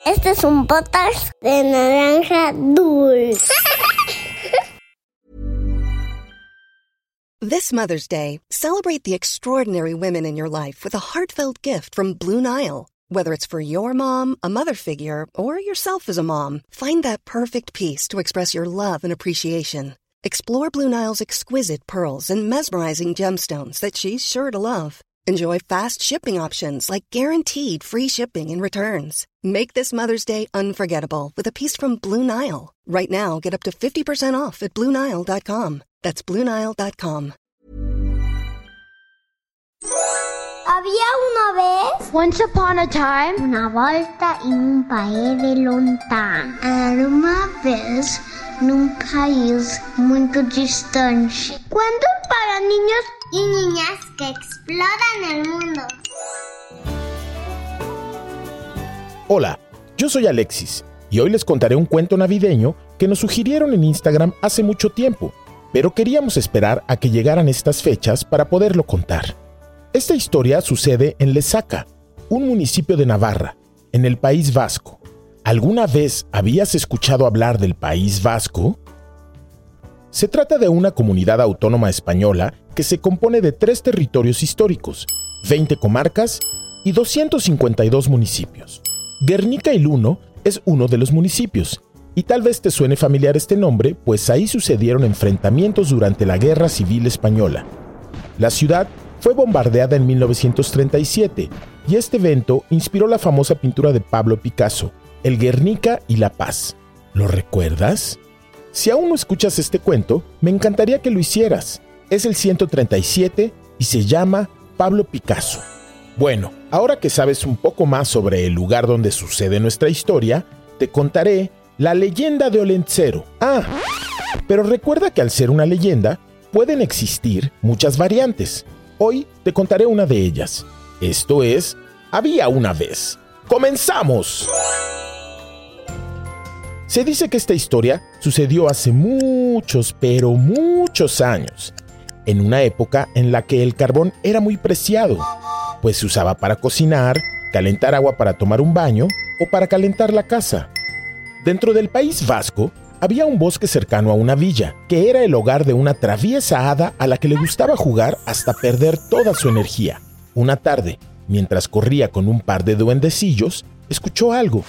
Este es un podcast de Naranja Dulce. This Mother's Day, celebrate the extraordinary women in your life with a heartfelt gift from Blue Nile. Whether it's for your mom, a mother figure, or yourself as a mom, find that perfect piece to express your love and appreciation. Explore Blue Nile's exquisite pearls and mesmerizing gemstones that she's sure to love. Enjoy fast shipping options like guaranteed free shipping and returns. Make this Mother's Day unforgettable with a piece from Blue Nile. Right now, get up to 50% off at BlueNile.com. That's BlueNile.com. Había una vez, Once upon a time, una volta en un país de lontano. Era uma vez num país muito distante. Cuentos para niños y niñas que exploran el mundo. Hola, yo soy Alexis y hoy les contaré un cuento navideño que nos sugirieron en Instagram hace mucho tiempo, pero queríamos esperar a que llegaran estas fechas para poderlo contar. Esta historia sucede en Lesaca, un municipio de Navarra, en el País Vasco. ¿Alguna vez habías escuchado hablar del País Vasco? Se trata de una comunidad autónoma española que se compone de 3 territorios históricos, 20 comarcas y 252 municipios. Guernica y Luno es uno de los municipios, y tal vez te suene familiar este nombre, pues ahí sucedieron enfrentamientos durante la Guerra Civil Española. La ciudad fue bombardeada en 1937, y este evento inspiró la famosa pintura de Pablo Picasso, El Guernica y la Paz. ¿Lo recuerdas? Si aún no escuchas este cuento, me encantaría que lo hicieras. Es el 137 y se llama Pablo Picasso. Bueno, ahora que sabes un poco más sobre el lugar donde sucede nuestra historia, te contaré la leyenda de Olentzero. Pero recuerda que al ser una leyenda, pueden existir muchas variantes. Hoy te contaré una de ellas. Esto es, Había una vez. ¡Comenzamos! Se dice que esta historia sucedió hace muchos, pero muchos años, en una época en la que el carbón era muy preciado, pues se usaba para cocinar, calentar agua para tomar un baño o para calentar la casa. Dentro del País Vasco había un bosque cercano a una villa, que era el hogar de una traviesa hada a la que le gustaba jugar hasta perder toda su energía. Una tarde, mientras corría con un par de duendecillos, escuchó algo.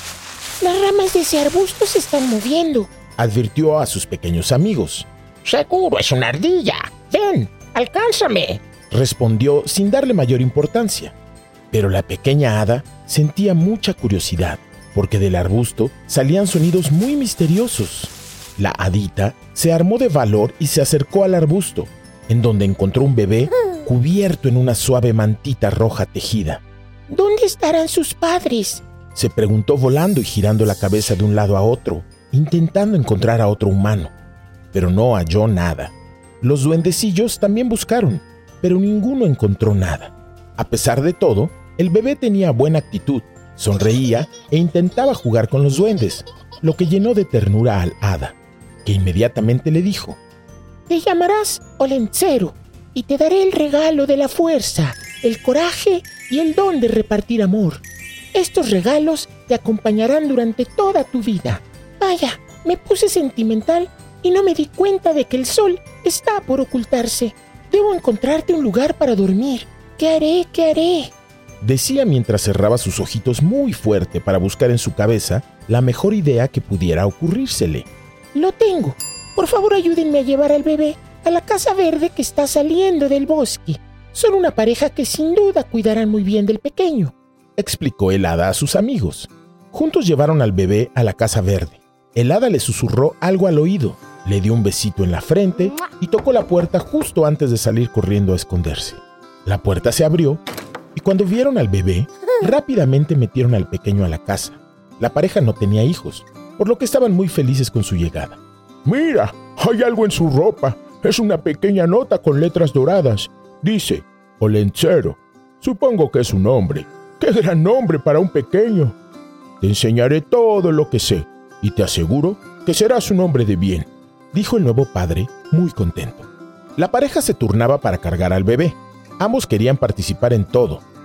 Las ramas de ese arbusto se están moviendo, advirtió a sus pequeños amigos. Seguro es una ardilla. Ven, alcánzame, respondió sin darle mayor importancia. Pero la pequeña hada sentía mucha curiosidad, porque del arbusto salían sonidos muy misteriosos. La hadita se armó de valor y se acercó al arbusto, en donde encontró un bebé cubierto en una suave mantita roja tejida. ¿Dónde estarán sus padres?, se preguntó volando y girando la cabeza de un lado a otro, intentando encontrar a otro humano. Pero no halló nada. Los duendecillos también buscaron, pero ninguno encontró nada. A pesar de todo, el bebé tenía buena actitud, sonreía e intentaba jugar con los duendes, lo que llenó de ternura al hada, que inmediatamente le dijo: te llamarás Olentzero y te daré el regalo de la fuerza, el coraje y el don de repartir amor. Estos regalos te acompañarán durante toda tu vida. Vaya, me puse sentimental y no me di cuenta de que el sol está por ocultarse. Debo encontrarte un lugar para dormir. ¿Qué haré? ¿Qué haré?, decía mientras cerraba sus ojitos muy fuerte para buscar en su cabeza la mejor idea que pudiera ocurrírsele. Lo tengo. Por favor, ayúdenme a llevar al bebé a la casa verde que está saliendo del bosque. Son una pareja que sin duda cuidarán muy bien del pequeño, explicó el hada a sus amigos. Juntos llevaron al bebé a la casa verde. El hada le susurró algo al oído, le dio un besito en la frente y tocó la puerta justo antes de salir corriendo a esconderse. La puerta se abrió y cuando vieron al bebé, rápidamente metieron al pequeño a la casa. La pareja no tenía hijos, por lo que estaban muy felices con su llegada. Mira, hay algo en su ropa. Es una pequeña nota con letras doradas. Dice, Olentzero. Supongo que es un nombre. ¡Qué gran nombre para un pequeño! Te enseñaré todo lo que sé y te aseguro que serás un hombre de bien, dijo el nuevo padre, muy contento. La pareja se turnaba para cargar al bebé. Ambos querían participar en todo,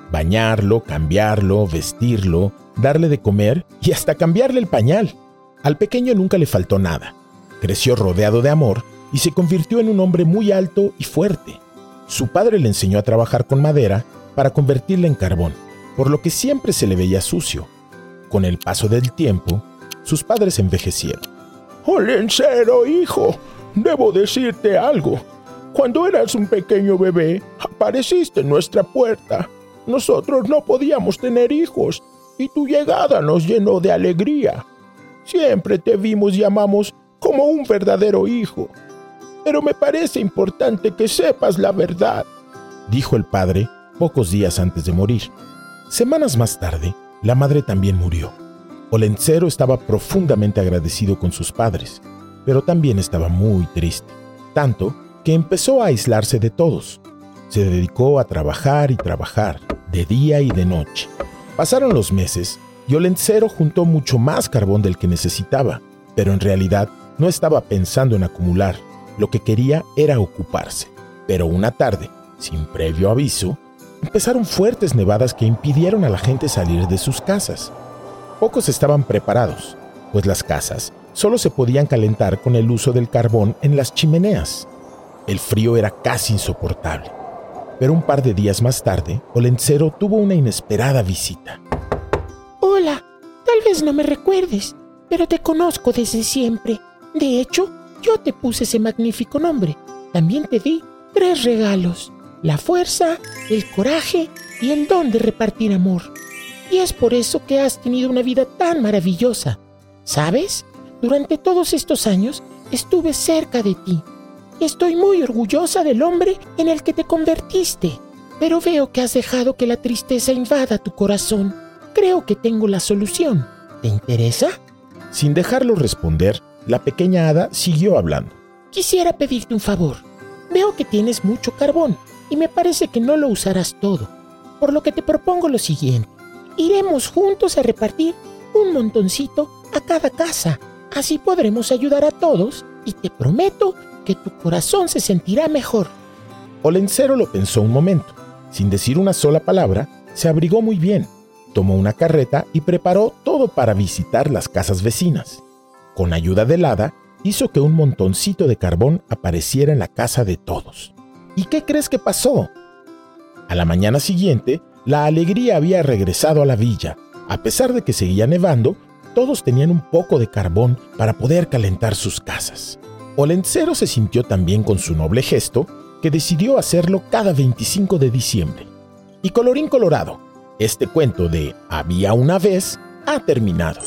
bañarlo, cambiarlo, vestirlo, darle de comer y hasta cambiarle el pañal. Al pequeño nunca le faltó nada. Creció rodeado de amor y se convirtió en un hombre muy alto y fuerte. Su padre le enseñó a trabajar con madera para convertirla en carbón, por lo que siempre se le veía sucio. Con el paso del tiempo, sus padres envejecieron. Olencero, hijo, debo decirte algo. Cuando eras un pequeño bebé, apareciste en nuestra puerta. Nosotros no podíamos tener hijos y tu llegada nos llenó de alegría. Siempre te vimos y amamos como un verdadero hijo. Pero me parece importante que sepas la verdad, dijo el padre pocos días antes de morir. Semanas más tarde, la madre también murió. Olencero estaba profundamente agradecido con sus padres, pero también estaba muy triste, tanto que empezó a aislarse de todos. Se dedicó a trabajar y trabajar, de día y de noche. Pasaron los meses y Olencero juntó mucho más carbón del que necesitaba, pero en realidad no estaba pensando en acumular. Lo que quería era ocuparse. Pero una tarde, sin previo aviso, empezaron fuertes nevadas que impidieron a la gente salir de sus casas. Pocos estaban preparados, pues las casas solo se podían calentar con el uso del carbón en las chimeneas. El frío era casi insoportable. Pero un par de días más tarde, Olencero tuvo una inesperada visita. Hola, tal vez no me recuerdes, pero te conozco desde siempre. De hecho, yo te puse ese magnífico nombre. También te di 3 regalos: la fuerza, el coraje y el don de repartir amor. Y es por eso que has tenido una vida tan maravillosa. ¿Sabes? Durante todos estos años estuve cerca de ti. Estoy muy orgullosa del hombre en el que te convertiste. Pero veo que has dejado que la tristeza invada tu corazón. Creo que tengo la solución. ¿Te interesa? Sin dejarlo responder, la pequeña hada siguió hablando. Quisiera pedirte un favor. Veo que tienes mucho carbón y me parece que no lo usarás todo. Por lo que te propongo lo siguiente. Iremos juntos a repartir un montoncito a cada casa. Así podremos ayudar a todos y te prometo que tu corazón se sentirá mejor. Olencero lo pensó un momento. Sin decir una sola palabra, se abrigó muy bien. Tomó una carreta y preparó todo para visitar las casas vecinas. Con ayuda del hada, hizo que un montoncito de carbón apareciera en la casa de todos. ¿Y qué crees que pasó? A la mañana siguiente, la alegría había regresado a la villa. A pesar de que seguía nevando, todos tenían un poco de carbón para poder calentar sus casas. Olencero se sintió tan bien con su noble gesto que decidió hacerlo cada 25 de diciembre. Y colorín colorado, este cuento de Había una vez ha terminado.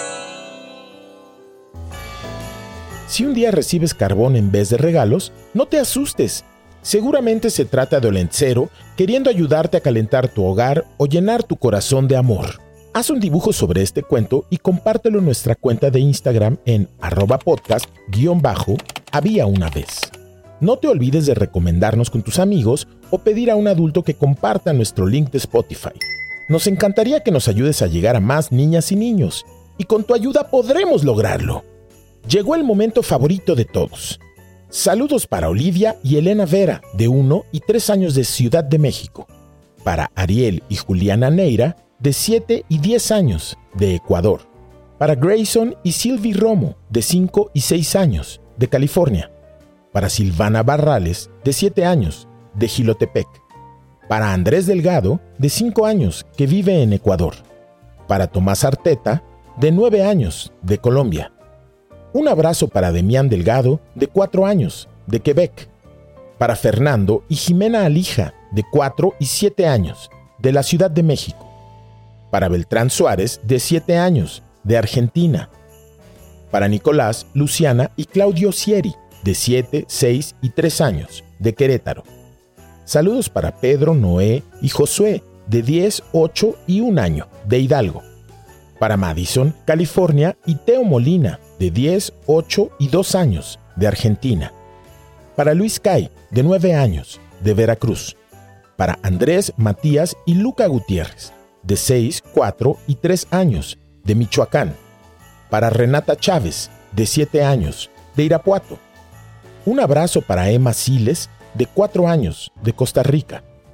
Si un día recibes carbón en vez de regalos, no te asustes. Seguramente se trata de Olencero queriendo ayudarte a calentar tu hogar o llenar tu corazón de amor. Haz un dibujo sobre este cuento y compártelo en nuestra cuenta de Instagram en @podcast_había una vez. No te olvides de recomendarnos con tus amigos o pedir a un adulto que comparta nuestro link de Spotify. Nos encantaría que nos ayudes a llegar a más niñas y niños, y con tu ayuda podremos lograrlo. Llegó el momento favorito de todos. Saludos para Olivia y Elena Vera, de 1 y 3 años de Ciudad de México. Para Ariel y Juliana Neira, de 7 y 10 años, de Ecuador. Para Grayson y Sylvie Romo, de 5 y 6 años, de California. Para Silvana Barrales, de 7 años, de Jilotepec. Para Andrés Delgado, de 5 años, que vive en Ecuador. Para Tomás Arteta, de 9 años, de Colombia. Un abrazo para Demián Delgado, de 4 años, de Quebec. Para Fernando y Jimena Alija, de 4 y 7 años, de la Ciudad de México. Para Beltrán Suárez, de 7 años, de Argentina. Para Nicolás, Luciana y Claudio Sieri, de 7, 6 y 3 años, de Querétaro. Saludos para Pedro, Noé y Josué, de 10, 8 y 1 año, de Hidalgo. Para Madison, California y Teo Molina, de 10, 8 y 2 años, de Argentina. Para Luis Cay, de 9 años, de Veracruz. Para Andrés, Matías y Luca Gutiérrez, de 6, 4 y 3 años, de Michoacán. Para Renata Chávez, de 7 años, de Irapuato. Un abrazo para Emma Siles, de 4 años, de Costa Rica.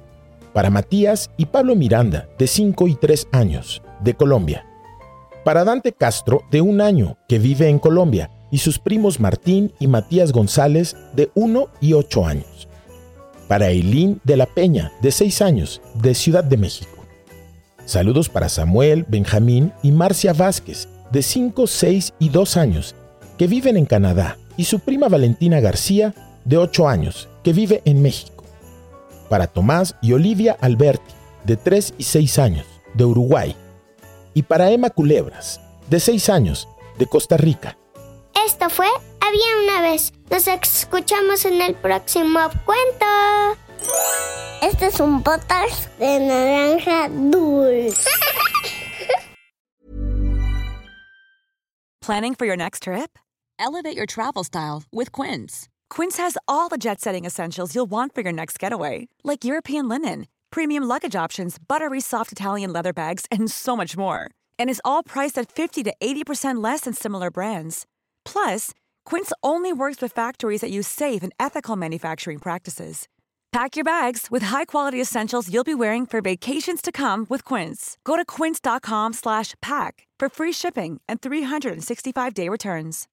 Para Matías y Pablo Miranda, de 5 y 3 años, de Colombia. Para Dante Castro, de 1 año, que vive en Colombia, y sus primos Martín y Matías González, de 1 y 8 años. Para Eileen de la Peña, de 6 años, de Ciudad de México. Saludos para Samuel, Benjamín y Marcia Vázquez, de 5, 6 y 2 años, que viven en Canadá, y su prima Valentina García, de 8 años, que vive en México. Para Tomás y Olivia Alberti, de 3 y 6 años, de Uruguay. Y para Emma Culebras, de 6 años, de Costa Rica. Esto fue Había una vez. Nos escuchamos en el próximo cuento. Este es un podcast de Naranja Dulce. Planning for your next trip? Elevate your travel style with Quince. Quince has all the jet-setting essentials you'll want for your next getaway, like European linen, premium luggage options, buttery soft Italian leather bags, and so much more. And is all priced at 50 to 80% less than similar brands. Plus, Quince only works with factories that use safe and ethical manufacturing practices. Pack your bags with high-quality essentials you'll be wearing for vacations to come with Quince. Go to quince.com/pack for free shipping and 365-day returns.